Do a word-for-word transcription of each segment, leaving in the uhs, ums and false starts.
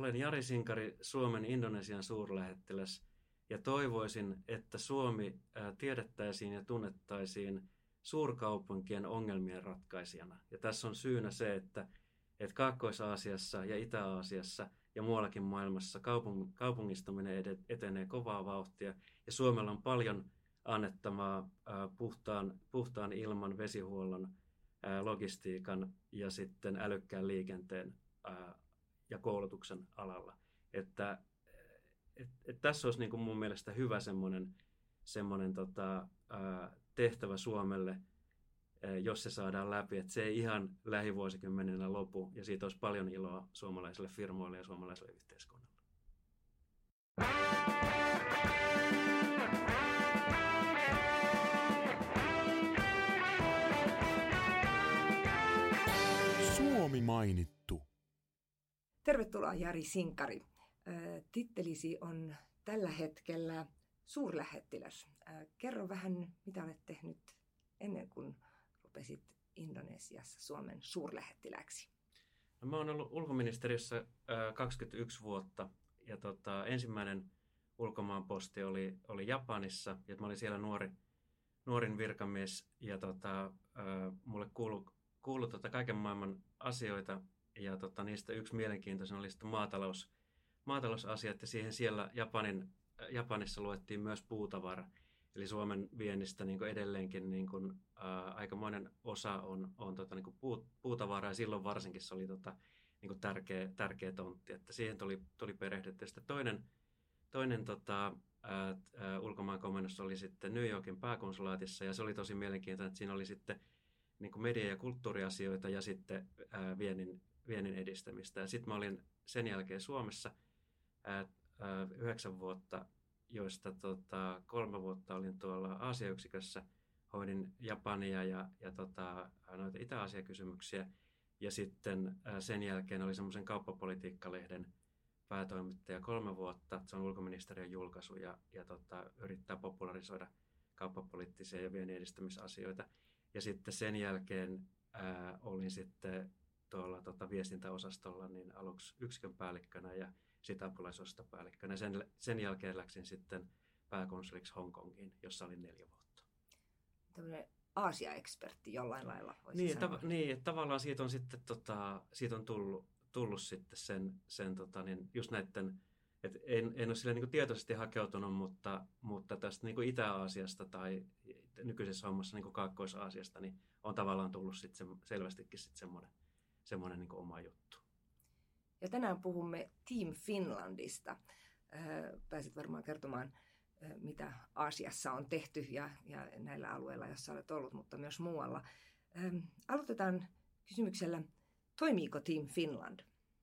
olen Jari Sinkari, Suomen Indonesian suurlähettiläs, ja toivoisin, että Suomi tiedettäisiin ja tunnettaisiin suurkaupunkien ongelmien ratkaisijana. Ja tässä on syynä se, että, että Kaakkois-Aasiassa ja Itä-Aasiassa ja muuallakin maailmassa kaupung, kaupungistuminen etenee kovaa vauhtia, ja Suomella on paljon annettavaa puhtaan, puhtaan ilman, vesihuollon, logistiikan ja sitten älykkään liikenteen ja koulutuksen alalla. Että et, et tässä olisi niin kuin mun mielestä hyvä semmoinen, semmoinen tota, tehtävä Suomelle, jos se saadaan läpi, että se ei ihan lähivuosikymmeninä lopu, ja siitä olisi paljon iloa suomalaisille firmoille ja suomalaiselle yhteiskunnalle. Suomi mainittu. Tervetuloa Jari Sinkari. Tittelisi on tällä hetkellä suurlähettiläs. Kerro vähän, mitä olet tehnyt ennen kuin rupesit Indonesiassa Suomen suurlähettiläksi. No, mä oon ollut ulkoministeriössä kaksikymmentäyksi vuotta, ja tota, ensimmäinen ulkomaanposti oli, oli Japanissa, ja mä olin siellä nuori, nuorin virkamies, ja tota, mulle kuului kuulu tota kaiken maailman asioita, ja tota, niistä yksi mielenkiintoinen oli sitten maatalous, maatalousasiat, ja siihen siellä Japanin, Japanissa luettiin myös puutavara. Eli Suomen viennistä niin kuin edelleenkin niin kuin, ää, aikamoinen osa on, on tota, niin kuin puut, puutavaraa, ja silloin varsinkin se oli tota, niin kuin tärkeä, tärkeä tontti, että siihen tuli, tuli perehdytty. Sitten toinen, toinen tota, ää, ää, ulkomaankomennus oli sitten New Yorkin pääkonsulaatissa, ja se oli tosi mielenkiintoinen, että siinä oli sitten niin kuin media- ja kulttuuriasioita ja sitten ää, viennin, viennin edistämistä. Ja sitten mä olin sen jälkeen Suomessa ää, ää, yhdeksän vuotta, joista tota, kolme vuotta olin tuolla Aasia-yksikössä, hoidin Japania ja, ja tota, noita Itä-Aasia-kysymyksiä. Ja sitten ää, sen jälkeen oli semmoisen kauppapolitiikkalehden päätoimittaja kolme vuotta. Se on ulkoministeriön julkaisu ja, ja tota, yrittää popularisoida kauppapoliittisia ja viennin edistämisasioita. Ja sitten sen jälkeen ää, olin sitten tuolla tota, viestintäosastolla niin aluksi yksikön päällikkönä ja sitten apulaisosastopäällikkönä. Sen, sen jälkeen läksin sitten pääkonsuliksi Hongkongiin, jossa olin neljä vuotta. Tällainen Aasia-ekspertti jollain lailla voisi niin, sanoa. Tav- niin, että tavallaan siitä on sitten tota, siitä on tullut, tullut sitten sen, sen tota, niin just näiden, että en, en ole sille niin kuin tietoisesti hakeutunut, mutta, mutta tästä niin kuin Itä-Aasiasta tai nykyisessä hommassa niin kuin Kaakkois-Aasiasta niin on tavallaan tullut sitten se, selvästikin sitten semmoinen, semmoinen niin kuin oma juttu. Ja tänään puhumme Team Finlandista. Pääset varmaan kertomaan, mitä Aasiassa on tehty ja, ja näillä alueilla, joissa olet ollut, mutta myös muualla. Aloitetaan kysymyksellä, toimiiko Team Finland?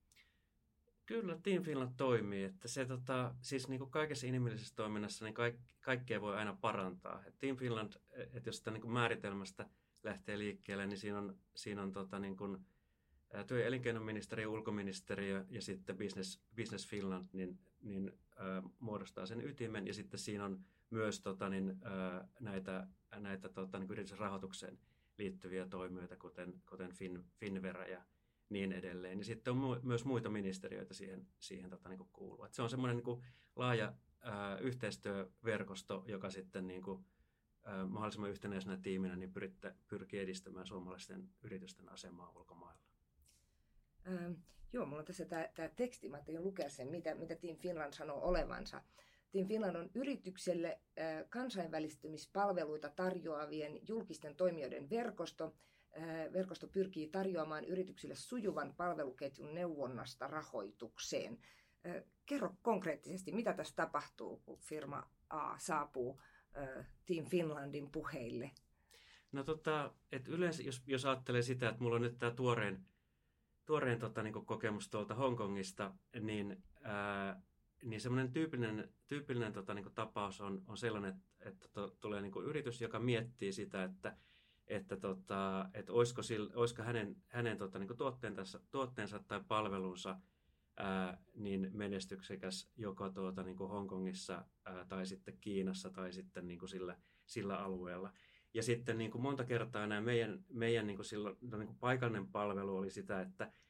Kyllä Team Finland toimii. Että se, tota, siis niin kuin kaikessa inhimillisessä toiminnassa niin kaik, kaikkea voi aina parantaa. Et Team Finland, että jos sitä niin kuin määritelmästä lähtee liikkeelle, niin siinä on, siinä on tota, niin kuin, työ- ja elinkeinoministeriö, ulkoministeriö ja sitten Business, Business Finland niin, niin, äh, muodostaa sen ytimen. Ja sitten siinä on myös tota, niin, äh, näitä, näitä tota, niin yritysrahoitukseen liittyviä toimijoita, kuten, kuten fin, Finvera ja niin edelleen. Ja sitten on mu- myös muita ministeriöitä siihen, siihen tota, niin kuin kuuluu. Et se on semmoinen niin kuin laaja äh, yhteistyöverkosto, joka sitten niin kuin, äh, mahdollisimman yhtenäisenä tiiminä niin pyrittä, pyrkii edistämään suomalaisten yritysten asemaa ulkomailla. Ähm, joo, mulla on tässä tämä teksti, mä ajattelin lukea sen, mitä, mitä Team Finland sanoo olevansa. Team Finland on yritykselle äh, kansainvälistymispalveluita tarjoavien julkisten toimijoiden verkosto. Äh, verkosto pyrkii tarjoamaan yrityksille sujuvan palveluketjun neuvonnasta rahoitukseen. Äh, kerro konkreettisesti, mitä tässä tapahtuu, kun firma A saapuu äh, Team Finlandin puheille? No tota, et yleensä jos, jos ajattelee sitä, että mulla on nyt tämä tuorein Tuorein tota, niin kokemus tuolta Hongkongista, niin, ää, niin semmoinen tyypillinen, tyypillinen tota, niin tapaus on, on sellainen, että, että to, tulee niin yritys, joka miettii sitä, että, että, tota, että olisiko, sillä, olisiko hänen, hänen tota, niin tuotteensa, tuotteensa tai palvelunsa ää, niin menestyksekäs joko tuota, niin Hongkongissa ää, tai sitten Kiinassa tai sitten niin sillä, sillä alueella. Ja sitten niin kuin monta kertaa nämä meidän, meidän niin kuin silloin, niin kuin paikallinen palvelu oli sitä, että,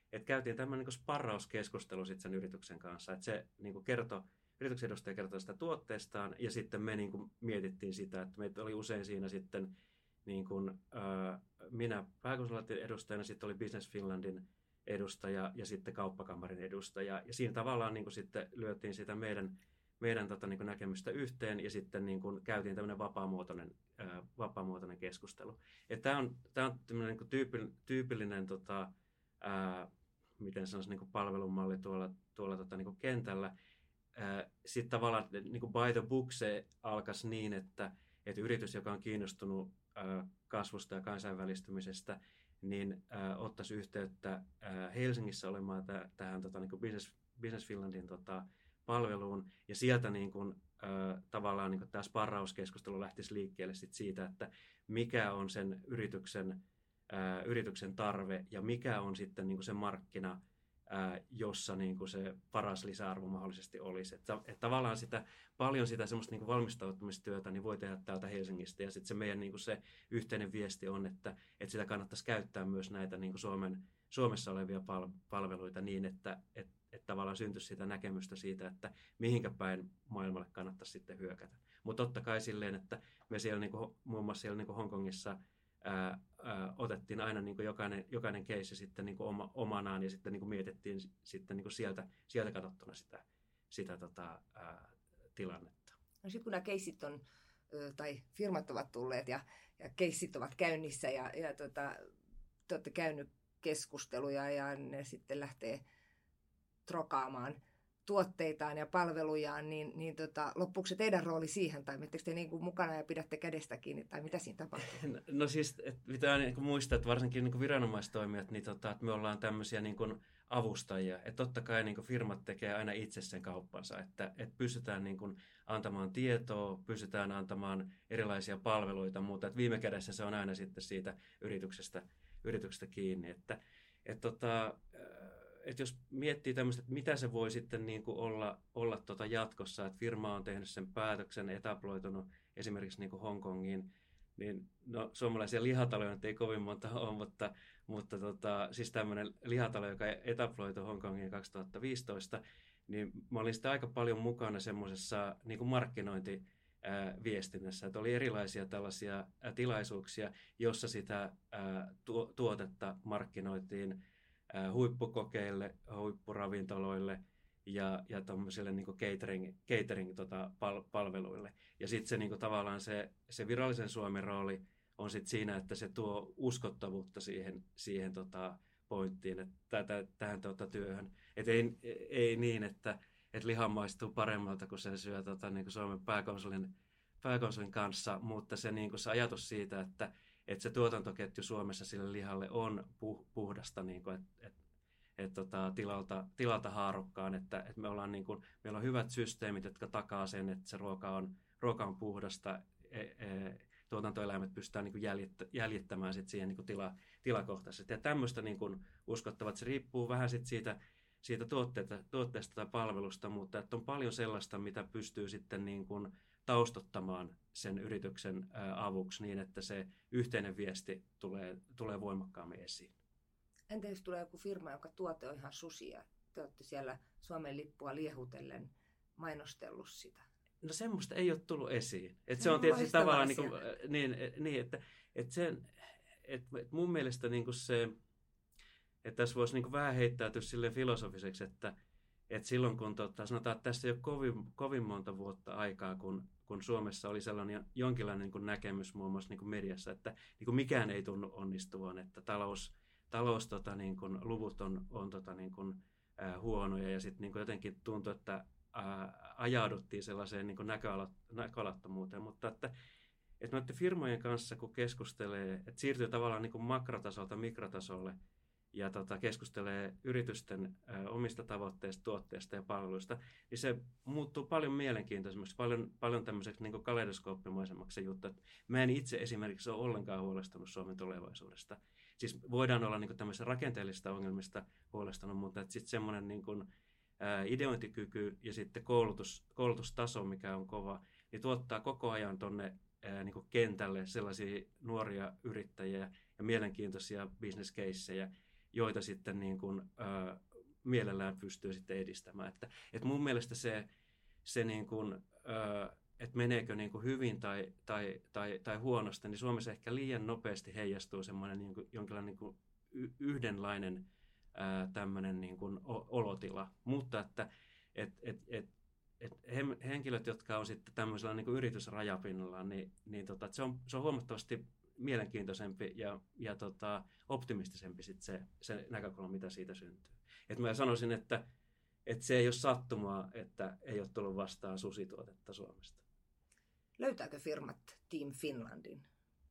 että käytiin tämmöinen niin sparrauskeskustelu sitten sen yrityksen kanssa, että se niin kuin kertoi, yrityksen edustaja kertoi sitä tuotteestaan, ja sitten me niin kuin mietittiin sitä, että meitä oli usein siinä sitten niin kuin, äh, minä pääkonsulaatin edustajana, sitten oli Business Finlandin edustaja ja sitten kauppakamarin edustaja, ja siinä tavallaan niin kuin sitten lyötiin sitä meidän, meidän tota, niin kuin näkemystä yhteen, ja sitten niin kuin käytiin tämmöinen vapaamuotoinen, äh, vapaamuotoinen keskustelu. Tämä on, tää on tämmöinen niin kuin tyypillinen, tyypillinen tota, ää, miten sanoisi, niin kuin palvelumalli tuolla, tuolla tota, niin kuin kentällä. Sitten tavallaan niin kuin by the book se alkaisi niin, että, että yritys, joka on kiinnostunut ää, kasvusta ja kansainvälistymisestä, niin ää, ottaisi yhteyttä ää, Helsingissä olemaan täh, tähän tota, niin kuin Business, Business Finlandin tota, palveluun, ja sieltä niin kuin, ää, tavallaan niin kuin tämä sparrauskeskustelu lähtisi liikkeelle sit siitä, että mikä on sen yrityksen Ää, yrityksen tarve ja mikä on sitten niin kuin se markkina, ää, jossa niin kuin se paras lisäarvo mahdollisesti olisi. Että, että tavallaan sitä, paljon sitä semmoista niin kuin valmistautumistyötä niin voi tehdä täältä Helsingistä, ja sitten se meidän niin kuin se yhteinen viesti on, että, että sitä kannattaisi käyttää myös näitä niin kuin Suomen, Suomessa olevia pal- palveluita niin, että, että, että tavallaan syntyisi sitä näkemystä siitä, että mihinkä päin maailmalle kannattaisi sitten hyökätä. Mutta totta kai silleen, että me siellä niin kuin, muun muassa siellä niin kuin Hongkongissa Ää, ää, otettiin aina niin kuin jokainen, jokainen keissi sitten niin kuin oma, omanaan, ja sitten niin kuin mietittiin sitten niin kuin sieltä, sieltä katsottuna sitä, sitä tota, ää, tilannetta. No sitten kun nämä keissit on, tai firmat ovat tulleet ja, ja keissit ovat käynnissä ja, ja tota, te olette käynyt keskusteluja ja ne sitten lähtee trokaamaan tuotteitaan ja palvelujaan, niin, niin tota, loppuuko se teidän rooli siihen, tai menettekö te niin kuin mukana ja pidätte kädestä kiinni, tai mitä siinä tapahtuu? No, no siis, et pitää niin kuin muistaa, että varsinkin niin kuin viranomaistoimijat, niin tota, että me ollaan tämmöisiä niin kuin avustajia. Että totta kai niin kuin firmat tekee aina itse sen kauppansa, että, että pystytään niin kuin antamaan tietoa, pystytään antamaan erilaisia palveluita, mutta että viime kädessä se on aina sitten siitä yrityksestä, yrityksestä kiinni. Että, et tota, että jos miettii tämmöistä, että mitä se voi sitten niin kuin olla, olla tota jatkossa, että firma on tehnyt sen päätöksen, etabloitunut esimerkiksi niin kuin Hongkongiin, niin no, suomalaisia lihataloja nyt ei kovin monta ole, mutta, mutta tota, siis tämmöinen lihatalo, joka etabloitui Hongkongiin kaksituhattaviisitoista, niin mä olin sitten aika paljon mukana semmoisessa niin kuin markkinointiviestinnässä, että oli erilaisia tällaisia tilaisuuksia, jossa sitä ää, tu- tuotetta markkinoitiin huippukokeille, huippuravintoloille ja, ja tuommoisille niin catering, catering tota, pal- palveluille. Ja sitten se niin kuin, tavallaan se, se virallisen Suomen rooli on sit siinä, että se tuo uskottavuutta siihen, siihen tota, pointtiin, että tätä, tähän tota, työhön. Et ei, ei niin, että et liha maistuu paremmalta, kun se syö tota, niin kuin Suomen pääkonsulin, pääkonsulin kanssa, mutta se, niin kuin, se ajatus siitä, että että se tuotantoketju Suomessa sille lihalle on puhdasta, niin kuin, että et, et, tota, tilalta, tilalta haarukkaan, että et me ollaan, niin kuin, meillä on hyvät systeemit, jotka takaa sen, että se ruoka on, ruoka on puhdasta, e, e, tuotantoeläimet pystytään niin kuin jäljittä, jäljittämään sit siihen niin kuin tila, tilakohtaisesti. Ja tämmöistä niin kuin uskottavat, se riippuu vähän sit siitä, siitä tuotteesta, tuotteesta tai palvelusta, mutta että on paljon sellaista, mitä pystyy sitten niin kuin taustottamaan sen yrityksen avuksi niin, että se yhteinen viesti tulee, tulee voimakkaammin esiin. Entä jos tulee joku firma, joka tuote on ihan susia? Te olette siellä Suomen lippua liehutellen mainostellut sitä. No semmoista ei ole tullut esiin. Et se on tietysti tavallaan niin, kuin, niin, niin että, että sen, että mun mielestä niin kuin se, että tässä voisi niin kuin vähän heittäytyä silleen filosofiseksi, että että silloin kun tota, sanotaan, että tässä ei ole kovin, kovin monta vuotta aikaa, kun, kun Suomessa oli sellainen jonkinlainen niin kuin näkemys muun muassa niin kuin mediassa, että niin kuin mikään ei tunnu onnistuvan, että talous, talous tota, niin kuin, luvut on, on tota, niin kuin, ää, huonoja, ja sitten niin kuin jotenkin tuntui, että ää, ajauduttiin sellaiseen niin kuin näköalat, näköalattomuuteen, mutta että, että noiden firmojen kanssa kun keskustelee, että siirtyy tavallaan niin kuin makrotasolta mikrotasolle, ja tota, keskustelee yritysten ä, omista tavoitteista, tuotteista ja palveluista, niin se muuttuu paljon mielenkiintoisemmaksi, paljon, paljon tämmöiseksi niin kuin kaleidoskooppimaisemmaksi se juttu. Että mä en itse esimerkiksi ole ollenkaan huolestunut Suomen tulevaisuudesta. Siis voidaan olla niin kuin tämmöisistä rakenteellisista ongelmista huolestunut, mutta sitten semmoinen niin kuin, ä, ideointikyky ja sitten koulutus, koulutustaso, mikä on kova, niin tuottaa koko ajan tuonne niin kuin kentälle sellaisia nuoria yrittäjiä ja mielenkiintoisia business caseja, joita sitten niin kuin, ää, mielellään pystyy sitten edistämään. Että, että mun mielestä se, se niin kuin, ää, että meneekö niin kuin hyvin tai, tai, tai, tai huonosti, niin Suomessa ehkä liian nopeasti heijastuu semmoinen niin kuin, jonkinlainen niin kuin yhdenlainen ää, tämmöinen niin kuin olotila. Mutta että et, et, et, et henkilöt, jotka on sitten tämmöisellä niin kuin yritysrajapinnalla, niin, niin tota, se, on, se on huomattavasti mielenkiintoisempi ja, ja tota, optimistisempi sit se, se näkökulma, mitä siitä syntyy. Et mä sanoisin, että, että se ei ole sattumaa, että ei ole tullut vastaan susituotetta Suomesta. Löytääkö firmat Team Finlandin?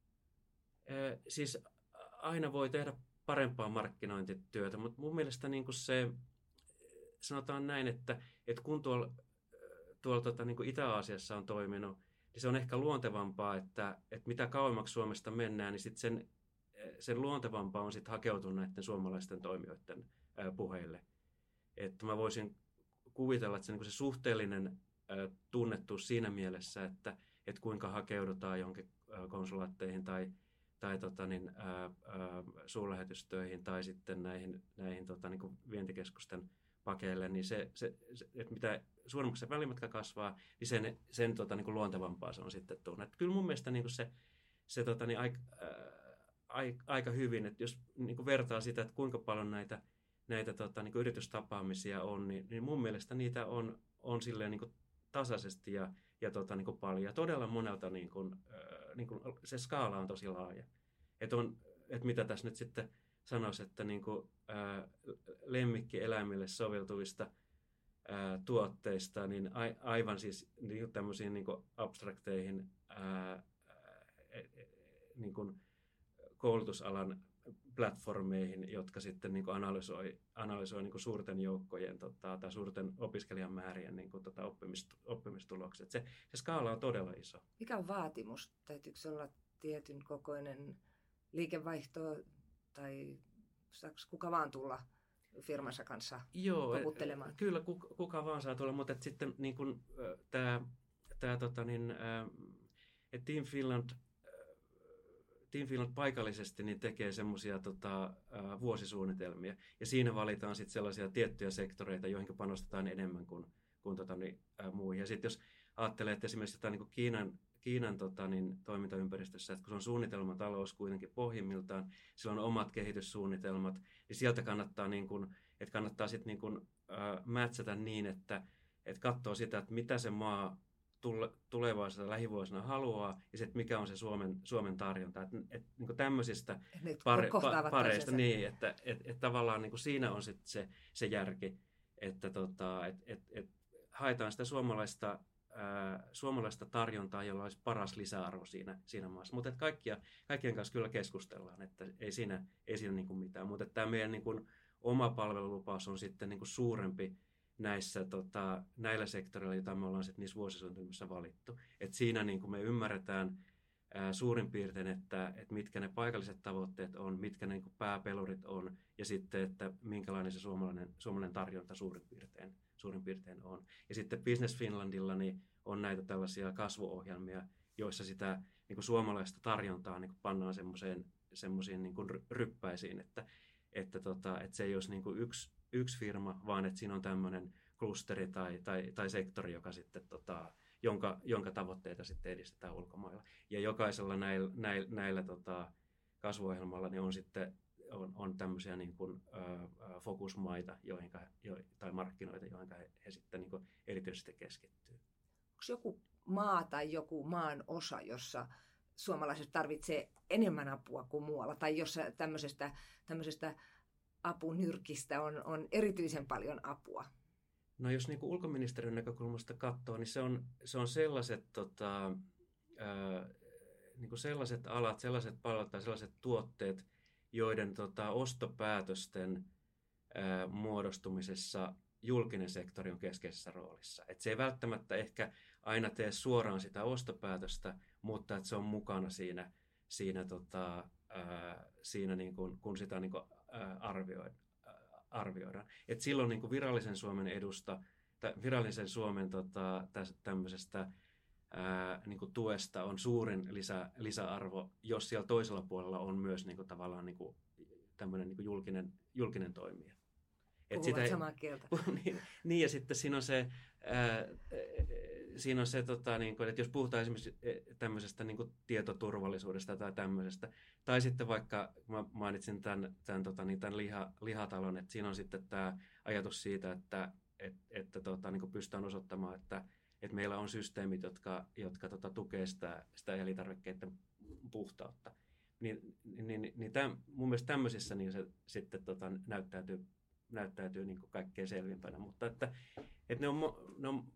Ee, siis aina voi tehdä parempaa markkinointityötä, mutta mun mielestä niin kuin se, sanotaan näin, että, että kun tuolla, tuolla tota, niin kuin Itä-Aasiassa on toiminut, niin se on ehkä luontevampaa, että, että mitä kauemmaksi Suomesta mennään, niin sit sen, sen luontevampaa on sit hakeutunut näiden suomalaisten toimijoiden ää, puheille. Että mä voisin kuvitella, että se, niin kuin se suhteellinen ää, tunnettuus siinä mielessä, että, että kuinka hakeudutaan jonkin ää, konsulaatteihin tai tai tota, niin, ää, ää, suurlähetystöihin tai sitten näihin, näihin tota, niin kuin vientikeskusten pakeille, niin se, se, se, että mitä suuremmaksi se välimatka kasvaa, niin sen, sen tota, niin kuin luontevampaa se on sitten tunnettu. Kyllä mun mielestä niin kuin se, se tota, niin, aika, ää, aika hyvin, että jos niin kuin vertaa sitä, että kuinka paljon näitä, näitä tota, niin kuin yritystapaamisia on, niin, niin mun mielestä niitä on, on silleen niin kuin tasaisesti ja, ja tota, niin kuin paljon. Ja todella monelta niin kuin, niin kuin se skaala on tosi laaja. Että et mitä tässä nyt sitten sanoisi, että niin kuin, ää, lemmikkieläimille soveltuvista ää, tuotteista, niin a, aivan siis niin tämmöisiin niin kuin abstrakteihin ää, niin kuin koulutusalan platformeihin, jotka sitten niin kuin analysoi, analysoi niin kuin suurten joukkojen tota, tai suurten opiskelijamäärien niin kuin, tota, oppimist, oppimistulokset. Se, se skaala on todella iso. Mikä on vaatimus? Täytyykö olla tietyn kokoinen liikevaihto tai saako kuka vaan tulla firmansa kanssa koputtelemaan? Joo, kyllä kuka vaan saa tulla, mutta sitten niin kuin, tämä, tämä tota, niin, että Team Finland Team Finland paikallisesti niin tekee semmoisia tota, vuosisuunnitelmia, ja siinä valitaan sitten sellaisia tiettyjä sektoreita, joihin panostetaan enemmän kuin, kuin tota, niin, ää, muihin. Ja sitten jos ajattelee, että esimerkiksi jotain, niin kuin Kiinan, Kiinan tota, niin, toimintaympäristössä, että kun se on suunnitelmatalous kuitenkin pohjimmiltaan, sillä on omat kehityssuunnitelmat, niin sieltä kannattaa, niin kuin, että kannattaa sitten niin kuin, ää, mätsätä niin, että, että katsoo sitä, että mitä se maa tulevaisuudessa lähivuosina haluaa, ja se, että mikä on se Suomen, Suomen tarjonta. Et, et, niin kuin tämmöisistä pare, pa, pareista, niin, että et, et tavallaan niin kuin siinä on sit se, se järki, että tota, et, et, et haetaan sitä suomalaista, ää, suomalaista tarjontaa, jolla olisi paras lisäarvo siinä, siinä maassa. Mutta kaikkia, kaikkien kanssa kyllä keskustellaan, että ei siinä, ei siinä niin kuin mitään. Mutta tämä meidän niin kuin oma palvelulupaus on sitten niin kuin suurempi näissä, tota, näillä sektoreilla, joita me ollaan sitten niissä vuosisuunnitelmissa valittu. Et siinä niin kuin me ymmärretään ää, suurin piirtein, että, että mitkä ne paikalliset tavoitteet on, mitkä ne niin kuin pääpelurit on, ja sitten, että minkälainen se suomalainen, suomalainen tarjonta suurin piirtein, suurin piirtein on. Ja sitten Business Finlandilla niin on näitä tällaisia kasvuohjelmia, joissa sitä niin kuin suomalaista tarjontaa niin kuin pannaan semmoisiin niin kuin ryppäisiin, että, että, tota, että se ei olisi niin kuin yksi yksi firma, vaan että siinä on tämmöinen klusteri tai, tai, tai sektori, joka sitten, tota, jonka, jonka tavoitteita sitten edistetään ulkomailla. Ja jokaisella näillä, näillä, näillä tota, kasvuohjelmalla niin on sitten on, on tämmöisiä niin kuin, ä, fokusmaita joihinka, jo, tai markkinoita, joihin he, he sitten niin kuin erityisesti keskittyy. Onko joku maa tai joku maan osa, jossa suomalaiset tarvitsee enemmän apua kuin muualla, tai jossa tämmöisestä, tämmöisestä apunyrkistä on, on erityisen paljon apua? No jos niin kuin ulkoministeriön näkökulmasta katsoo, niin se on, se on sellaiset, tota, ää, niin kuin sellaiset alat, sellaiset palvelut tai sellaiset tuotteet, joiden tota, ostopäätösten ää, muodostumisessa julkinen sektori on keskeisessä roolissa. Et se ei välttämättä ehkä aina tee suoraan sitä ostopäätöstä, mutta että se on mukana siinä, siinä, tota, ää, siinä niin kuin, kun sitä niin kuin arvioidaan. Et silloin niin kuin virallisen Suomen edusta, tai virallisen Suomen tota, tämmöisestä ää, niin kuin tuesta on suurin lisä, lisäarvo, jos siellä toisella puolella on myös niin kuin, tavallaan niin kuin, tämmöinen niin kuin julkinen, julkinen toimija. Puhuvat sitä, samaa kieltä. niin, niin, ja sitten siinä on se, ää, siinä on se tota, niin kuin, että jos puhutaan esimerkiksi tämmöisestä niin kuin tietoturvallisuudesta tai tämmöisestä, tai sitten vaikka, mä mainitsin tämän, tämän, tota, niin, tämän liha, lihatalon, että siinä on sitten tämä ajatus siitä, että et, että tota, niin kuin pystytään osoittamaan, että, että meillä on systeemit, jotka, jotka tota, tukee sitä, sitä elintarvikkeiden puhtautta. Niin, niin, niin täm, mun mielestä tämmöisissä niin se sitten tota, näyttäytyy, näyttäytyy niin kuin kaikkein selvimpänä, mutta että, että ne, on, ne on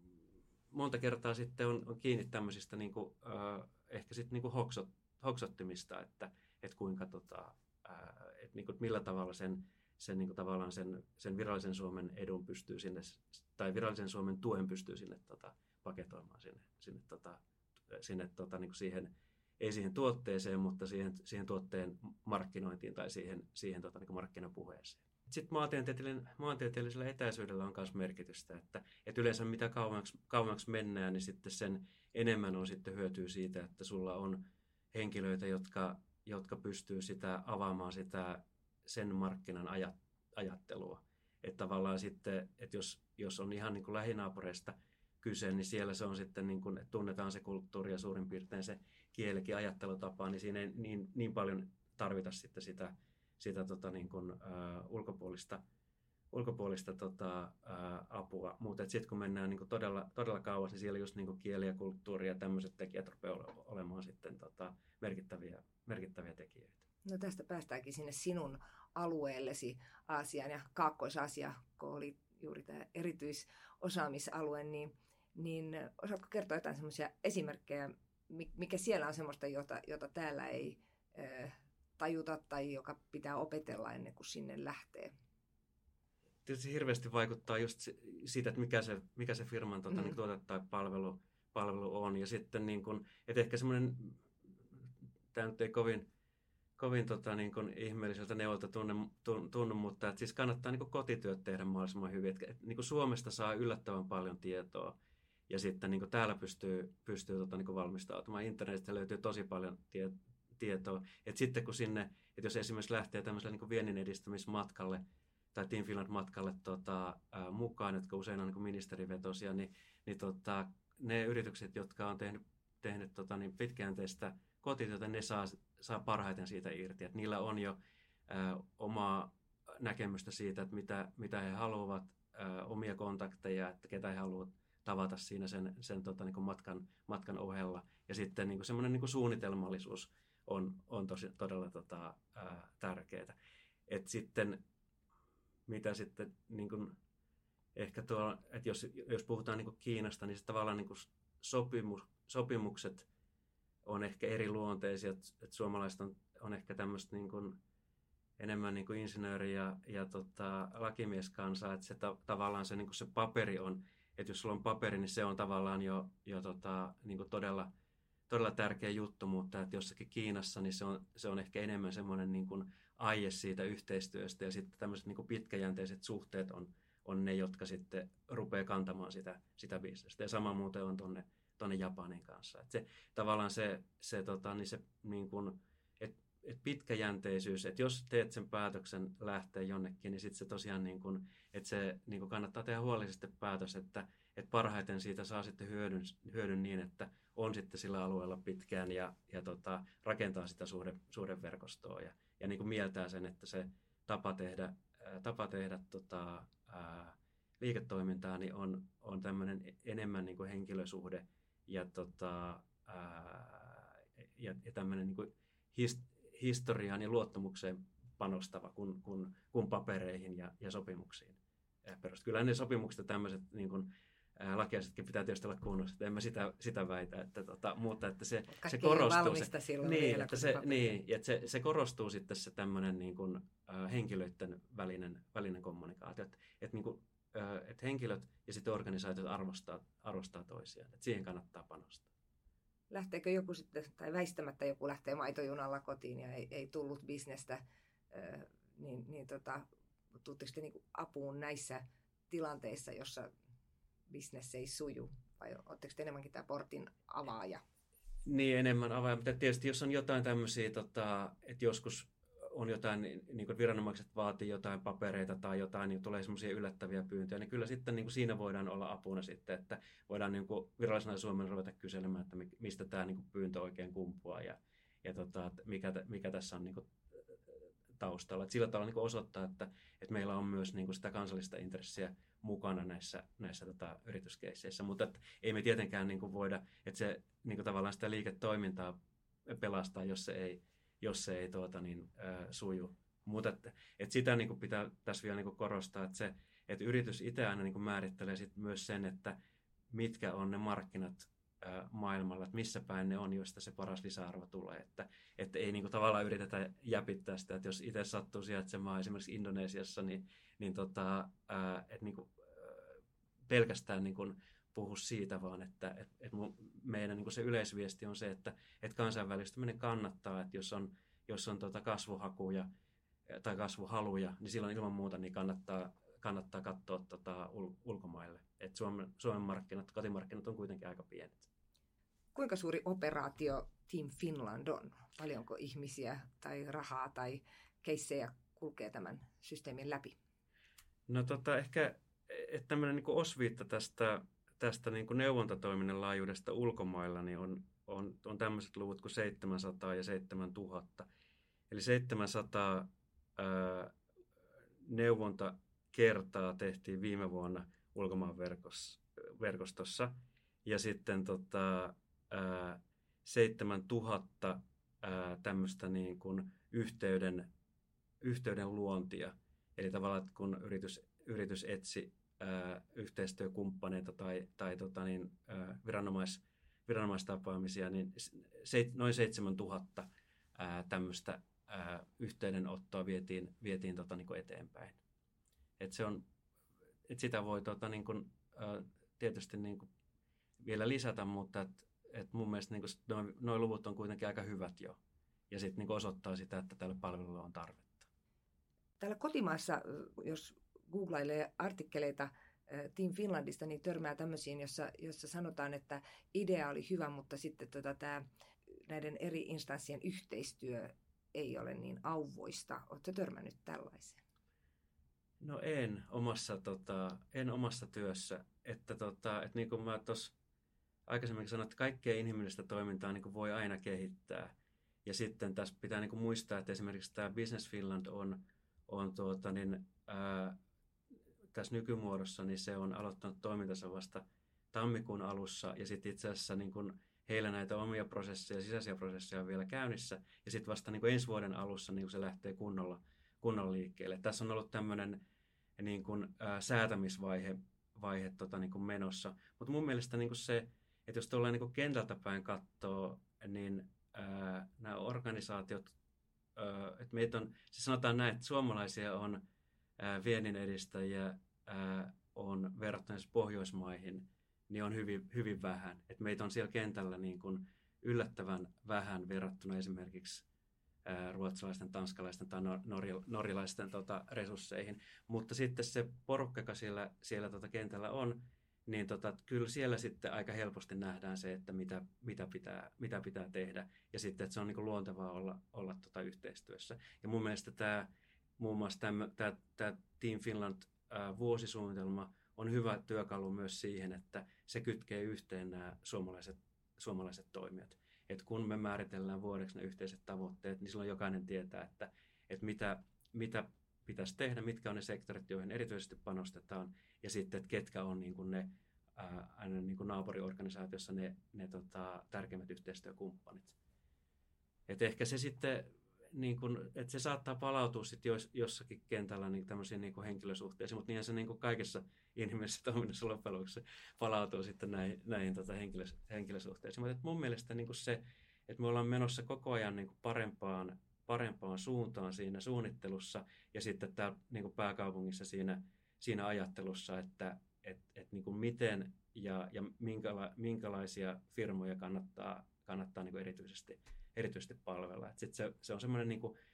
monta kertaa sitten on, on kiinni tämmöisistä niin kuin, äh, ehkä sitten niin kuin hoksot, hoksottimista, että, että kuinka tota, äh, että niin kuin, millä tavalla sen, sen, niin kuin tavallaan sen, sen virallisen Suomen edun pystyy sinne, tai virallisen Suomen tuen pystyy sinne tota, paketoimaan sinne, sinne, tota, sinne tota, niin kuin siihen, ei siihen tuotteeseen, mutta siihen, siihen tuotteen markkinointiin tai siihen, siihen tota, niin kuin markkinapuheeseen. Sitten maantieteellisellä etäisyydellä on myös merkitystä, että, että yleensä mitä kauemmaksi, kauemmaksi mennään, niin sitten sen enemmän on sitten hyötyä siitä, että sulla on henkilöitä, jotka, jotka pystyy sitä avaamaan sitä sen markkinan ajat, ajattelua. Että tavallaan sitten, että jos, jos on ihan niin kuin lähinaapureista kyse, niin siellä se on sitten niin kuin, että tunnetaan se kulttuuri ja suurin piirtein se kielikin ajattelutapa, niin siinä ei niin, niin paljon tarvita sitten sitä sitä tota, niin kuin, uh, ulkopuolista, ulkopuolista tota, uh, apua. Mutta sitten kun mennään niin kuin todella, todella kauas, niin siellä just niin kuin kieli ja kulttuuri ja tämmöiset tekijät rupeaa olemaan sitten tota, merkittäviä, merkittäviä tekijöitä. No tästä päästäänkin sinne sinun alueellesi Aasiaan ja Kaakkois-Aasia, kun oli juuri tämä erityisosaamisalue, niin, niin osaatko kertoa jotain semmoisia esimerkkejä, mikä siellä on semmoista, jota, jota täällä ei äh, tajuta tai joka pitää opetella ennen kuin sinne lähtee? Tietysti hirveästi vaikuttaa just siitä, että mikä se, mikä se firman tuota, mm. niin tuote tai palvelu, palvelu on. Ja sitten, niin kun, että ehkä semmoinen, tämä nyt ei kovin, kovin tota, niin kun ihmeelliseltä neulta tunnu, tunnu, mutta että siis kannattaa niin kun kotityöt tehdä mahdollisimman hyvin. Että, että, niin kun Suomesta saa yllättävän paljon tietoa ja sitten niin kun täällä pystyy, pystyy tota, niin kun valmistautumaan. Internetistä löytyy tosi paljon tietoa. tietoa. Et sitten kun sinne, että jos esimerkiksi lähtee tämmöiselle niin viennin edistämismatkalle tai Team Finland-matkalle tota, ää, mukaan, jotka usein on niin ministerivetosia, niin, niin tota, ne yritykset, jotka on tehnyt, tehnyt tota, niin pitkäjänteistä kotityötä, ne saa, saa parhaiten siitä irti. Et niillä on jo ää, omaa näkemystä siitä, että mitä, mitä he haluavat, ää, omia kontakteja, että ketä he haluavat tavata siinä sen, sen tota, niin matkan, matkan ohella. Ja sitten niin semmoinen niin suunnitelmallisuus on, on tosi, todella tota, ää, tärkeää. Et sitten, mitä sitten, niin kuin, ehkä tuo, että jos, jos puhutaan niin kuin Kiinasta, niin se tavallaan niin kuin sopimus, sopimukset on ehkä eri luonteisia, että et suomalaiset on, on ehkä tämmöistä niin kuin, enemmän niin kuin insinööri- ja, ja tota, lakimieskansaa, että se ta, tavallaan se, niin kuin se paperi on, että jos sulla on paperi, niin se on tavallaan jo, jo tota, niin kuin todella todella tärkeä juttu, mutta että jossakin Kiinassa niin se on, se on ehkä enemmän semmoinen niin kuin aie siitä yhteistyöstä ja sitten tämmöiset niin kuin pitkäjänteiset suhteet on, on ne, jotka sitten rupeaa kantamaan sitä, sitä bisnestä. Ja sama muuten on tuonne tonne Japanin kanssa. Et se, tavallaan se, se, tota, niin se niin kuin, et, et pitkäjänteisyys, että jos teet sen päätöksen lähteä jonnekin, niin sitten se tosiaan niin kuin, että se niin kuin kannattaa tehdä huolellisesti päätös, että et parhaiten siitä saa sitten hyödyn, hyödyn niin, että on sitten sillä alueella pitkään ja, ja tota, rakentaa sitä suhde, suhdeverkostoa ja, ja niin kuin mieltää sen, että se tapa tehdä, ää, tapa tehdä tota, ää, liiketoimintaa niin on, on tämmöinen enemmän niin kuin henkilösuhde ja, tota, ää, ja, ja tämmöinen niin kuin his, historiaan ja luottamukseen panostava kuin, kuin, kuin papereihin ja, ja sopimuksiin perustu. Kyllä ne sopimukset ja tämmöiset niin kuin lakiaisetkin pitää tietysti olla kunnossa, että en mä sitä, sitä väitä, että, tota, mutta että se, se korostuu, se, silloin niin, vielä, että se, niin, että se, se korostuu sitten se tämmöinen niin kuin, äh, henkilöiden välinen, välinen kommunikaatio, että, että, niin kuin, äh, että henkilöt ja sitten organisaatiot arvostaa, arvostaa toisiaan, että siihen kannattaa panostaa. Lähteekö joku sitten, tai väistämättä joku lähtee maitojunalla kotiin ja ei, ei tullut bisnestä, äh, niin, niin tota, tuutteko te niin kuin apuun näissä tilanteissa, jossa business ei suju, vai oletteko te enemmänkin tämä portin avaaja? Niin, enemmän avaaja, mutta tietysti jos on jotain tämmöisiä, tota, että joskus on jotain, niin kuin viranomaiset vaatii jotain papereita tai jotain, niin tulee semmoisia yllättäviä pyyntöjä, niin kyllä sitten niin kuin siinä voidaan olla apuna sitten, että voidaan niin kuin virallisena Suomen ruveta kyselemään, että mistä tämä niin kuin pyyntö oikein kumpuaa ja, ja tota, mikä, mikä tässä on niin kuin taustalla. Et sillä tavalla niin kuin osoittaa, että, että meillä on myös niin kuin sitä kansallista intressiä mukana näissä, näissä tota, yrityskeisseissä, mutta että ei me tietenkään niin kuin voida, että se niin kuin tavallaan sitä liiketoimintaa pelastaa, jos se ei jos se ei tuota, niin, ä, suju. Mutta että, että sitä niin kuin pitää tässä vielä niin kuin korostaa, että, se, että yritys itse aina niin kuin määrittelee sit myös sen, että mitkä on ne markkinat ä, maailmalla, että missä päin ne on, joista se paras lisäarvo tulee. Että, että ei niin kuin tavallaan yritetä jäpittää sitä, että jos itse sattuu sijaitsemaan esimerkiksi Indonesiassa, niin, niin tota, ä, että niin kuin, ä, pelkästään niin kuin puhu siitä, vaan että et, et meidän niin kuin se yleisviesti on se, että et kansainvälistyminen kannattaa, että jos on, jos on tuota kasvuhakuja tai kasvuhaluja, niin silloin ilman muuta niin kannattaa, kannattaa katsoa tota ul, ulkomaille. Et Suomen, Suomen markkinat, kotimarkkinat on kuitenkin aika pienet. Kuinka suuri operaatio Team Finland on? Paljonko ihmisiä tai rahaa tai keissejä kulkee tämän systeemin läpi? No tota, ehkä että tämmöinen niin kuin osviitta tästä tästä niin kuin neuvontatoiminnan laajuudesta ulkomailla niin on, on, on tämmöiset luvut kuin seitsemänsataa ja seitsemäntuhatta. Eli seitsemänsataa ää, neuvontakertaa tehtiin viime vuonna ulkomaan verkostossa ja sitten tota, ää, seitsemäntuhatta ää, tämmöistä niin kuin yhteyden, yhteyden luontia. Eli tavallaan, että kun yritys, yritys etsi Ää, yhteistyökumppaneita tai, tai tota niin, ää, viranomais, viranomaistapaamisia, niin se, noin seitsemäntuhatta tämmöistä ää, yhteydenottoa vietiin, vietiin tota niin kuin eteenpäin. Et se on, et sitä voi tota niin kuin, ää, tietysti niin kuin vielä lisätä, mutta et, et mun mielestä niin kuin nuo luvut on kuitenkin aika hyvät jo, ja sitten niin kuin osoittaa sitä, että tälle palvelulle on tarvetta. Täällä kotimaassa, jos googlailee artikkeleita Team Finlandista, niin törmää tämmöisiin, jossa, jossa sanotaan, että idea oli hyvä, mutta sitten tota, tää, näiden eri instanssien yhteistyö ei ole niin auvoista. Oletko törmännyt tällaiseen? No en omassa, tota, en omassa työssä. Että, tota, että niin kuin mä tuossa aikaisemmin sanoin, että kaikkea inhimillistä toimintaa niin kuin voi aina kehittää. Ja sitten tässä pitää niin kuin muistaa, että esimerkiksi tämä Business Finland on, on tuota, niin, ää, tässä nykymuodossa, niin se on aloittanut toimintansa vasta tammikuun alussa, ja sitten itse asiassa niin kun heillä näitä omia prosesseja, sisäisiä prosesseja on vielä käynnissä, ja sitten vasta niin kun ensi vuoden alussa niin kun se lähtee kunnolla, kunnolla liikkeelle. Tässä on ollut tämmöinen niin kun, ää, säätämisvaihe vaihe, tota, niin kun menossa, mutta mun mielestä niin kun se, että jos tuolla niin kentältä päin katsoo, niin ää, nämä organisaatiot, ää, että meitä on, siis sanotaan näin, että suomalaisia on viennin edistäjiä ää, on verrattuna Pohjoismaihin, niin on hyvin, hyvin vähän. Et meitä on siellä kentällä niin kun yllättävän vähän verrattuna esimerkiksi ää, ruotsalaisten, tanskalaisten tai norja, norjalaisten tota, resursseihin. Mutta sitten se porukka, joka siellä, siellä tota, kentällä on, niin tota, kyllä siellä sitten aika helposti nähdään se, että mitä, mitä, pitää, mitä pitää tehdä. Ja sitten, että se on niin kun luontevaa olla, olla tota, yhteistyössä. Ja mun mielestä tämä muun muassa tämä, tämä, tämä Team Finland ää, vuosisuunnitelma on hyvä työkalu myös siihen, että se kytkee yhteen nämä suomalaiset, suomalaiset toimijat. Et kun me määritellään vuodeksi ne yhteiset tavoitteet, niin silloin jokainen tietää, että, että mitä, mitä pitäisi tehdä, mitkä on ne sektorit, joihin erityisesti panostetaan, ja sitten, että ketkä on niin kuin ne ää, aina niin kuin naapuriorganisaatiossa ne, ne tota, tärkeimmät yhteistyökumppanit. Et ehkä se sitten niin kun, että se saattaa palautua sitten jos, jossakin kentällä niin tämmöisiin niin kuin henkilösuhteisiin, mutta niinhän se niin kuin kaikessa inhimillisessä toiminnassa loppujen lopuksi palautuu sitten näihin, näihin tota henkilös, henkilösuhteisiin. Mutta mun mielestä niin kuin se, että me ollaan menossa koko ajan niin kuin parempaan, parempaan suuntaan siinä suunnittelussa ja sitten täällä niin kuin pääkaupungissa siinä, siinä ajattelussa, että et, et niin kuin miten ja, ja minkäla, minkälaisia firmoja kannattaa, kannattaa niin kuin erityisesti erityisesti palvella. Sitten se, se on semmoinen niin kuin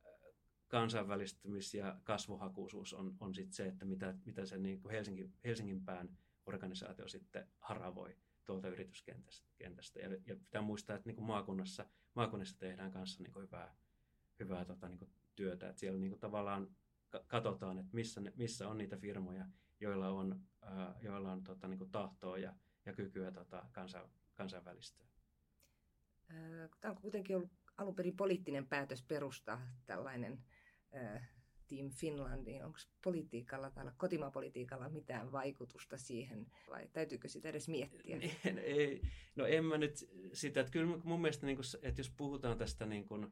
kansainvälistymis- ja kasvuhakuisuus on, on sitten se, että mitä, mitä se niin kuin Helsingin, Helsingin pään organisaatio sitten haravoi tuolta yrityskentästä. Ja, ja pitää muistaa, että niin kuin maakunnassa, maakunnassa tehdään kanssa niin kuin hyvää, hyvää tota, niin kuin työtä. Että siellä niin kuin tavallaan katsotaan, että missä, ne, missä on niitä firmoja, joilla on, ää, joilla on tota, niin kuin tahtoa ja, ja kykyä tota, kansa, kansainvälistyä. Tämä on kuitenkin ollut alun perin poliittinen päätös perustaa tällainen ää, Team Finlandiin. Onko politiikalla tai kotimaan politiikalla mitään vaikutusta siihen vai täytyykö sitä edes miettiä? Ei, no en mä nyt sitä, että kyllä mun mielestä, niin kuin, että jos puhutaan tästä niin kuin,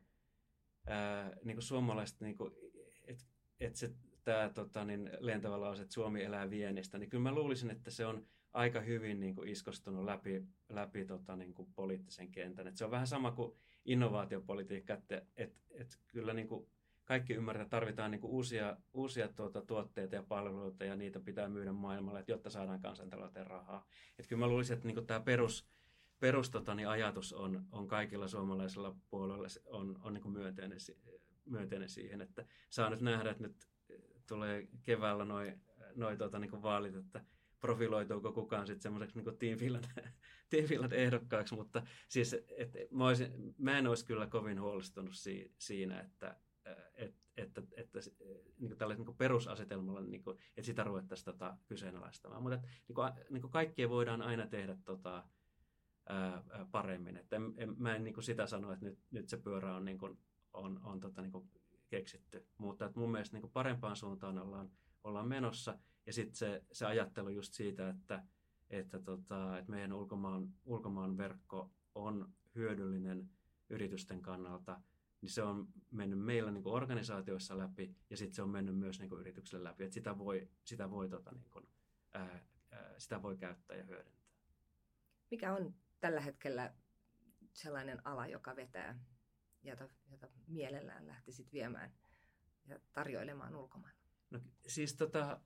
ää, niin kuin suomalaista, niin kuin, että, että se tämä tota, niin lentävä lause, että Suomi elää viennistä, niin kyllä mä luulisin, että se on aika hyvin niin kuin iskostunut läpi, läpi tota, niin kuin poliittisen kentän. Et se on vähän sama kuin innovaatiopolitiikka, että et, et kyllä niin kuin kaikki ymmärtää, että tarvitaan niin kuin uusia, uusia tuota, tuotteita ja palveluita ja niitä pitää myydä maailmalle, että jotta saadaan kansantalouteen rahaa. Et kyllä mä luulisin, että niin kuin tämä perus, perus tota, niin ajatus on, on kaikilla suomalaisilla puolueilla on, on niin kuin myönteinen, myönteinen siihen, että saa nyt nähdä, että nyt tulee keväällä noin noi, tota, niin kuin vaalit, että profiloituuko kukaan sitten semmoiseksi niin Team Finland, Team Finland ehdokkaaksi, mutta siis, et, mä, olisin, mä en olisi kyllä kovin huolestunut si, siinä, että et, että, että niin tällä niin perusasetelmalla, niin kuin, että sitä ruvettaisiin tota, kyseenalaistamaan. Mutta niin kuin, niin kuin kaikkea voidaan aina tehdä tota, ää, paremmin. Että en, en, mä en niin kuin sitä sano, että nyt, nyt se pyörä on, niin kuin, on, on tota, niin kuin keksitty. Mutta että mun mielestä niin kuin parempaan suuntaan ollaan, ollaan menossa. Ja sitten se, se ajattelu just siitä, että, että, tota, että meidän ulkomaan, ulkomaan verkko on hyödyllinen yritysten kannalta, niin se on mennyt meillä niin kuin organisaatioissa läpi ja sitten se on mennyt myös niin kuin yritykselle läpi. Että sitä voi, sitä, voi, tota, niin kuin, ää, ää, sitä voi käyttää ja hyödyntää. Mikä on tällä hetkellä sellainen ala, joka vetää, jota, jota mielellään lähtisit viemään ja tarjoilemaan ulkomailla? No siis tota,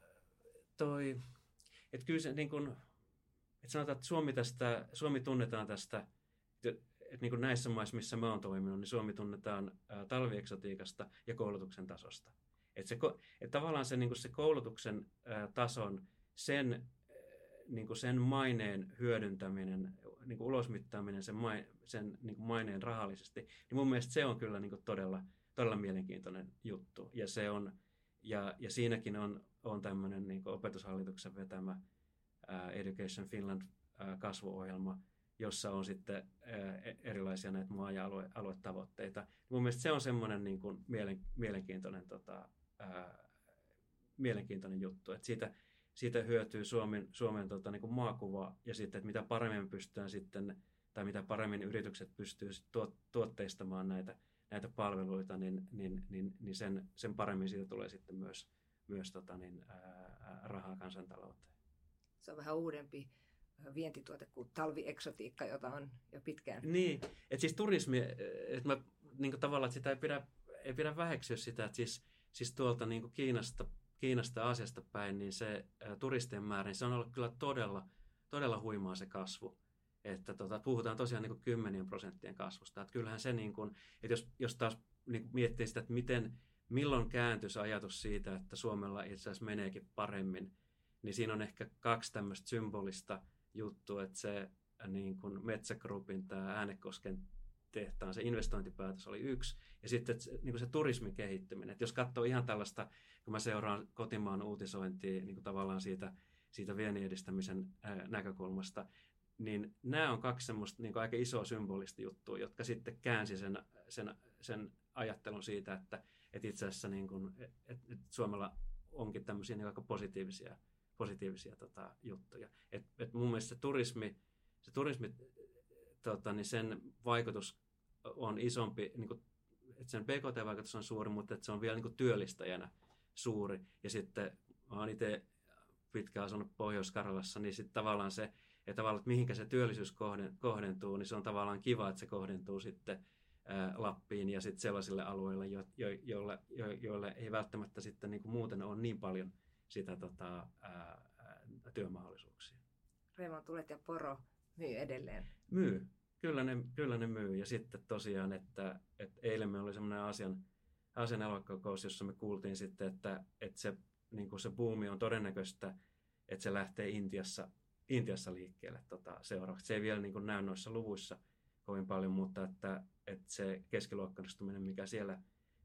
toi, että kyllä se niin kuin, että sanotaan, että Suomi, tästä, Suomi tunnetaan tästä, että niin kuin näissä maissa, missä mä oon toiminut, niin Suomi tunnetaan ää, talvieksotiikasta ja koulutuksen tasosta. Että, se, että tavallaan se, niin kuin se koulutuksen ää, tason, sen, ää, niin kuin sen maineen hyödyntäminen, niin kuin ulosmittaaminen, sen, main, sen niin kuin maineen rahallisesti, niin mun mielestä se on kyllä niin kuin todella, todella mielenkiintoinen juttu. Ja, se on, ja, ja siinäkin on, on tämmöinen niin kuin opetushallituksen vetämä ää, Education Finland ää, kasvuohjelma, jossa on sitten erilaisia näitä maa- ja alue, aluetavoitteita. Mun mielestä se on semmoinen niin kuin mielen, mielenkiintoinen, tota, ää, mielenkiintoinen juttu, että siitä, siitä hyötyy Suomen, Suomen tota, niin kuin maakuva ja sitten, että mitä paremmin pystytään sitten, tai mitä paremmin yritykset pystyy tuotteistamaan näitä, näitä palveluita, niin, niin, niin, niin sen, sen paremmin siitä tulee sitten myös, myös tota, niin, ää, rahaa kansantalouteen. Se on vähän uudempi vientituote kuin talvieksotiikka, jota on jo pitkään. Niin, että siis turismi, että mä niin kuin tavallaan, että sitä ei pidä, ei pidä väheksyä sitä, että siis, siis tuolta niin kuin Kiinasta, Kiinasta ja Aasiasta päin, niin se ä, turistien määrä, niin se on ollut kyllä todella, todella huimaa se kasvu. Että tota, puhutaan tosiaan niin kuin kymmenien prosenttien kasvusta. Että kyllähän se, niin kuin, että jos, jos taas niin kuin miettii sitä, että miten, milloin kääntyi se ajatus siitä, että Suomella itse asiassa meneekin paremmin, niin siinä on ehkä kaksi tämmöistä symbolista juttu, että se niin kuin Metsä Groupin tämä Äänekosken tehtaan se investointipäätös oli yksi, ja sitten niin kuin se turismin kehittyminen. Että jos katsoo ihan tällaista, kun mä seuraan kotimaan uutisointia niin kuin tavallaan siitä, siitä viennin edistämisen ää, näkökulmasta, niin nämä on kaksi semmoista niin kuin aika isoa symbolista juttua, jotka sitten käänsi sen, sen, sen ajattelun siitä, että, että itse asiassa niin kuin, että, että Suomella onkin tämmöisiä niin aika positiivisia positiivisia tota, juttuja. Et, et mun mielestä se turismi, se turismi tota, niin sen vaikutus on isompi, niin kuin, että sen B K T-vaikutus on suuri, mutta että se on vielä niin kuin työllistäjänä suuri. Ja sitten mä oon itse pitkään asunut Pohjois-Karjalassa, niin sitten tavallaan se, että, tavallaan, että mihinkä se työllisyys kohdentuu, niin se on tavallaan kiva, että se kohdentuu sitten ää, Lappiin ja sitten sellaisille alueille, jo, jo, joille, jo, joille ei välttämättä sitten niin kuin muuten ole niin paljon sitä tota, ää, työmahdollisuuksia. Revon tulet ja poro myy edelleen. Myy. Kyllä ne, kyllä ne myy. Ja sitten tosiaan, että, että eilen me oli semmoinen Aasian, Aasian aluekokous, jossa me kuultiin sitten, että, että se, niin kuin se buumi on todennäköistä, että se lähtee Intiassa, Intiassa liikkeelle tota, seuraavaksi. Se ei vielä niin kuin näy noissa luvuissa kovin paljon, mutta että, että se keskiluokkaistuminen, mikä siellä,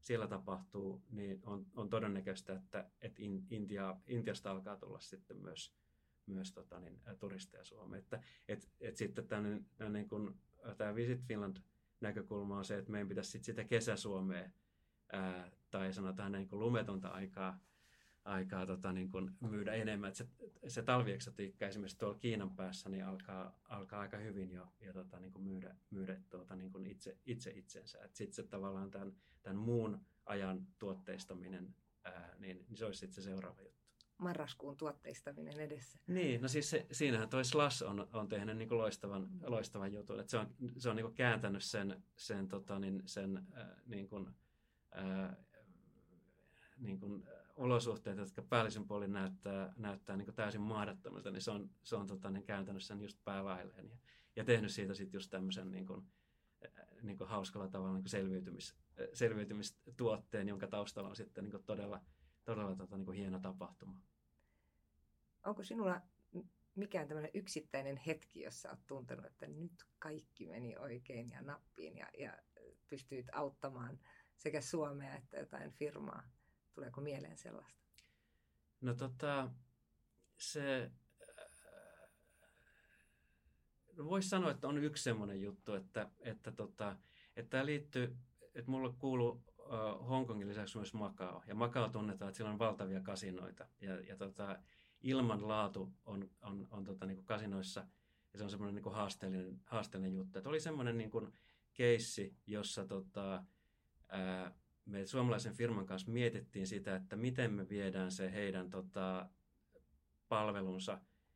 siellä tapahtuu, niin on, on todennäköistä, että, että in, Intia, Intiasta alkaa tulla sitten myös, myös tota, niin, turisteja Suomeen. Että, et, et sitten tämän, tämän, niin kuin, tämä Visit Finland-näkökulma on se, että meidän pitäisi sit sitä kesä-Suomea ää, tai sanotaan niin kuin lumetonta aikaa, aikaa tota, niin kuin myydä enemmän. Et se, se talvieksotiikka esimerkiksi tuolla Kiinan päässä niin alkaa, alkaa aika hyvin jo ja tota, niin kuin myydä, myydä tuota, niin kuin itse, itse itsensä. Sitten se tavallaan tämän, tämän muun ajan tuotteistaminen, ää, niin, niin se olisi sitten se seuraava juttu. Marraskuun tuotteistaminen edessä. Niin, no siis se, siinähän toi Slush on, on tehnyt niin kuin loistavan, loistavan jutun. Et se on, se on niin kuin kääntänyt sen, sen, tota, niin, sen äh, niin kuin, äh, niin kuin olosuhteet, jotka päällisin puolin näyttää, näyttää niin kuin täysin mahdottomilta, niin se on, se on tota, niin kääntänyt sen just päälailleen ja, ja tehnyt siitä sitten just tämmöisen niin kuin, niin kuin hauskalla tavalla niin kuin selviytymis, selviytymistuotteen, jonka taustalla on sitten niin kuin todella, todella tota, niin kuin hieno tapahtuma. Onko sinulla mikään tämmöinen yksittäinen hetki, jossa olet tuntenut, että nyt kaikki meni oikein ja nappiin ja, ja pystyit auttamaan sekä Suomea että jotain firmaa? Tuleeko mieleen sellaista? No tota, se, no voisi sanoa, että on yksi semmoinen juttu, että, että, tota, että tämä liittyy, että mulle kuuluu uh, Hongkongin lisäksi myös Macao. Ja Macao tunnetaan, että siellä on valtavia kasinoita. Ja, ja tota, ilmanlaatu on, on, on tota, niin kuin kasinoissa, ja se on semmoinen niin kuin haasteellinen, haasteellinen juttu. Että oli semmoinen niin kuin keissi, jossa tota, ää, me suomalaisen firman kanssa mietittiin sitä, että miten me viedään se heidän tota, palvelunsa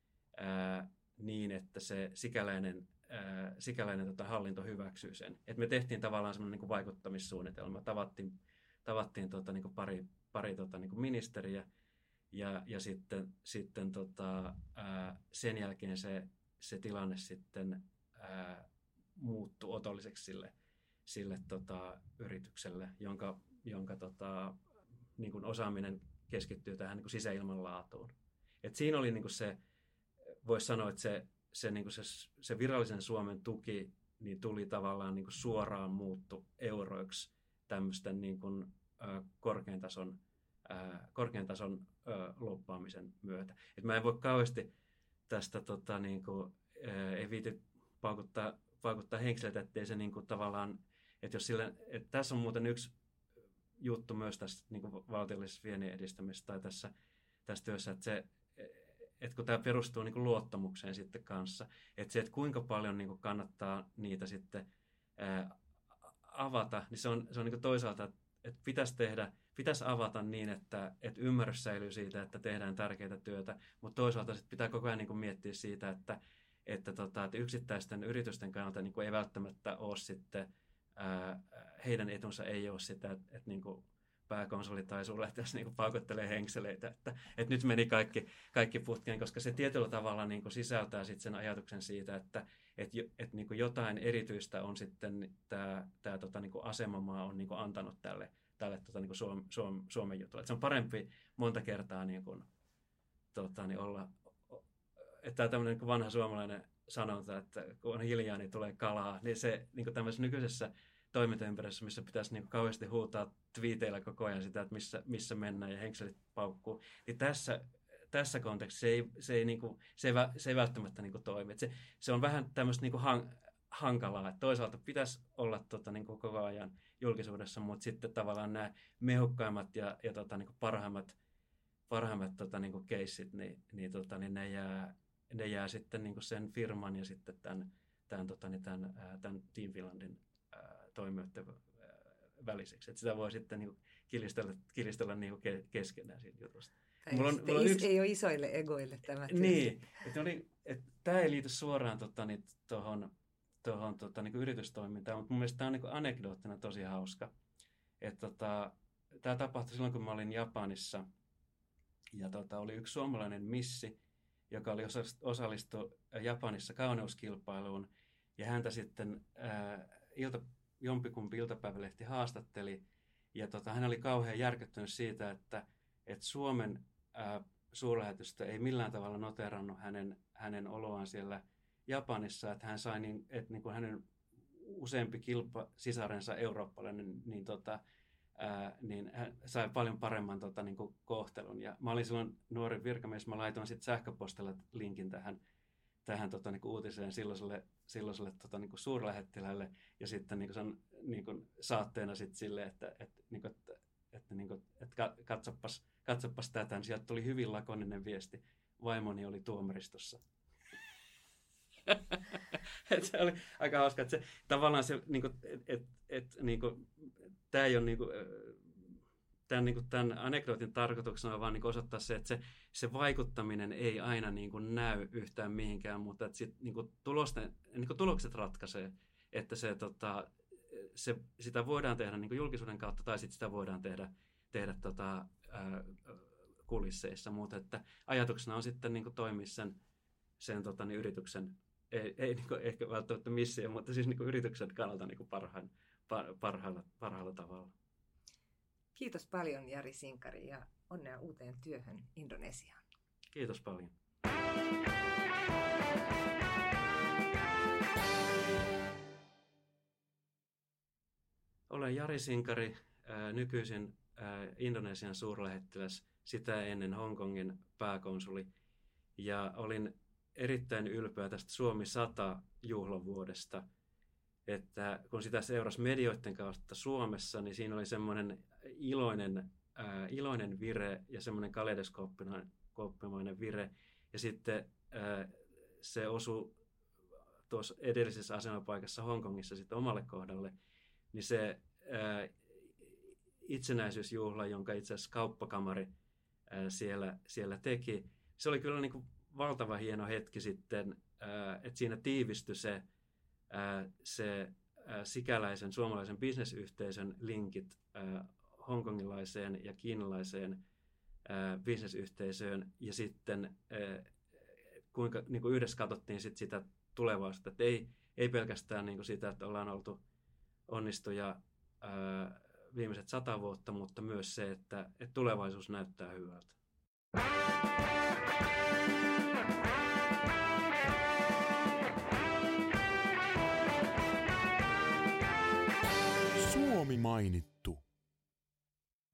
ää, niin, että se sikäläinen, ää, sikäläinen tota, hallinto hyväksyy sen. Et me tehtiin tavallaan semmoinen niin kuin vaikuttamissuunnitelma. Tavattiin, tavattiin tota, niin kuin pari, pari tota, niin kuin ministeriä ja, ja sitten, sitten tota, ää, sen jälkeen se, se tilanne sitten ää, muuttui otolliseksi sille sille tota, yritykselle, jonka, jonka tota, niin kuin osaaminen keskittyy tähän niin kuin sisäilmanlaatuun. Et siinä oli niin kuin se, voisi sanoa, että se, se, niin kuin se, se virallisen Suomen tuki niin tuli tavallaan niin kuin suoraan muuttu euroiksi tämmöisten niin kuin, ä, korkean tason, ä, korkean tason ä, lobbaamisen myötä. Et mä en voi kauheasti tästä, tota, niin kuin, ä, ei viity paukuttaa, paukuttaa henkseleitä, ettei se niin kuin, tavallaan. Että jos sille, että tässä on muuten yksi juttu myös tässä niin kuin valtiollisessa viennin edistämisessä tai tässä, tässä työssä, että, se, että kun tämä perustuu niin kuin luottamukseen sitten kanssa, että se, että kuinka paljon niin kuin kannattaa niitä sitten ää, avata, niin se on, se on niin kuin toisaalta, että pitäisi tehdä, pitäisi avata niin, että, että ymmärrys säilyy siitä, että tehdään tärkeää työtä, mutta toisaalta sitten pitää koko ajan niin kuin miettiä siitä, että, että, tota, että yksittäisten yritysten kannalta niin kuin ei välttämättä ole sitten Ää, heidän etunsa ei ole sitä, että, että niin kuin pääkonsoli tai suljettaisiin niin kuin paukottelee henkseleitä, että, että nyt meni kaikki, kaikki putkeen, koska se tietyllä tavalla niin kuin sisältää sitten sen ajatuksen siitä, että, että, että niin kuin jotain erityistä on sitten tämä, tämä tota, niin kuin asemamaa on niin kuin antanut tälle, tälle tota, niin kuin Suom, Suom, Suomen jutulle. Että se on parempi monta kertaa niin kuin, tota, niin olla, että tämä tämmöinen niin kuin vanha suomalainen sanonta, että kun on hiljaa, niin tulee kalaa, niin se niin kuin tämmöisessä nykyisessä toimintaympäristössä, missä pitäisi niin kuin kauheasti huutaa twiiteillä koko ajan sitä, että missä, missä mennään ja henkselit paukkuu, niin tässä, tässä kontekstissa se ei, se ei, niin kuin, se ei, se ei välttämättä niin kuin toimi. Että se, se on vähän tämmöistä niin kuin hang, hankalaa, että toisaalta pitäisi olla tota, niin kuin koko ajan julkisuudessa, mutta sitten tavallaan nämä mehukkaimmat ja, ja tota, niin kuin parhaimmat, parhaimmat tota, niin kuin keissit, niin, niin, tota, niin ne jää ne jää sitten niin kuin sen firman ja sitten tämän, tämän, tota, niin tämän, tämän Team Finlandin ää, toimijoiden väliseksi. Että sitä voi sitten niin kuin kilistellä, kilistellä niin kuin ke, keskenään siitä jutusta. Mulla on, mulla on yksi... Ei ole isoille egoille tämä. Niin, että, oli, että tämä ei liity suoraan tuohon niin, tuohon tota, niin kuin yritystoimintaan, mutta mun mielestä tämä on niin kuin anekdoottina tosi hauska. Että, tota, tämä tapahtui silloin, kun mä olin Japanissa ja tota, oli yksi suomalainen missi, joka oli osallistu Japanissa kauneuskilpailuun, ja häntä sitten ää, ilta, jompikumpi iltapäivälehti haastatteli, ja tota, hän oli kauhean järkyttynyt siitä, että, että Suomen ää, suurlähetystö ei millään tavalla noterannut hänen, hänen oloaan siellä Japanissa, että hän sai niin, että niin kuin hänen useampi kilpa sisarensa eurooppalainen, niin tota, ää, niin hän sai paljon paremman tota, niin kuin kohtelun. Ja mä olin silloin nuori virkamies, mä laitoin sitten sähköpostilla linkin tähän, tähän tota, niin kuin uutiseen silloiselle, silloiselle tota, niin kuin suurlähettilälle, ja sitten niin kuin sen niin kuin saatteena sitten silleen, että, että, niin kuin, että, että, niin kuin, että katsopas, katsopas tätä, niin sieltä tuli hyvin lakoninen viesti. Vaimoni oli tuomaristossa. Se oli aika hauska, että se tavallaan se, niin kuin, et, et, et, niin kuin, tämä ei ole niin kuin, tämän, niin kuin, tämän anekdootin tarkoituksena on vaan niin kuin osoittaa se, että se, se vaikuttaminen ei aina niin kuin näy yhtään mihinkään, mutta että sit, niin kuin tulosten, niin kuin tulokset ratkaisee, että se, tota, se, sitä voidaan tehdä niin kuin julkisuuden kautta tai sitten sitä voidaan tehdä, tehdä tota, ää, kulisseissa, mutta että ajatuksena on sitten niin kuin toimia sen, sen tota, niin yrityksen, ei, ei niin kuin ehkä välttämättä missään, mutta siis niin kuin yrityksen kannalta niin kuin parhaan, par, parhaalla, parhaalla tavalla. Kiitos paljon Jari Sinkari ja onnea uuteen työhön Indonesiaan. Kiitos paljon. Olen Jari Sinkari, ää, nykyisin ää, Indonesian suurlähettiläs, sitä ennen Hongkongin pääkonsuli, ja olin erittäin ylpeä tästä Suomi sata juhlavuodesta, että kun sitä seurasi medioiden kautta Suomessa, niin siinä oli semmoinen iloinen, ää, iloinen vire ja semmoinen kaleidoskooppimainen vire, ja sitten ää, se osui tuossa edellisessä asemapaikassa Hongkongissa sitten omalle kohdalle, niin se ää, itsenäisyysjuhla, jonka itse asiassa kauppakamari ää, siellä, siellä teki, se oli kyllä niin kuin valtava hieno hetki sitten, ää, että siinä tiivistyi se, ää, se ää, sikäläisen suomalaisen bisnesyhteisön linkit ää, hongkongilaiseen ja kiinalaiseen ää, bisnesyhteisöön, ja sitten ää, kuinka niin kuin yhdessä katsottiin sit sitä tulevaisuutta, että ei, ei pelkästään niin kuin sitä, että ollaan oltu onnistuja ää, viimeiset sata vuotta, mutta myös se, että, että tulevaisuus näyttää hyvältä. Suomi mainittu.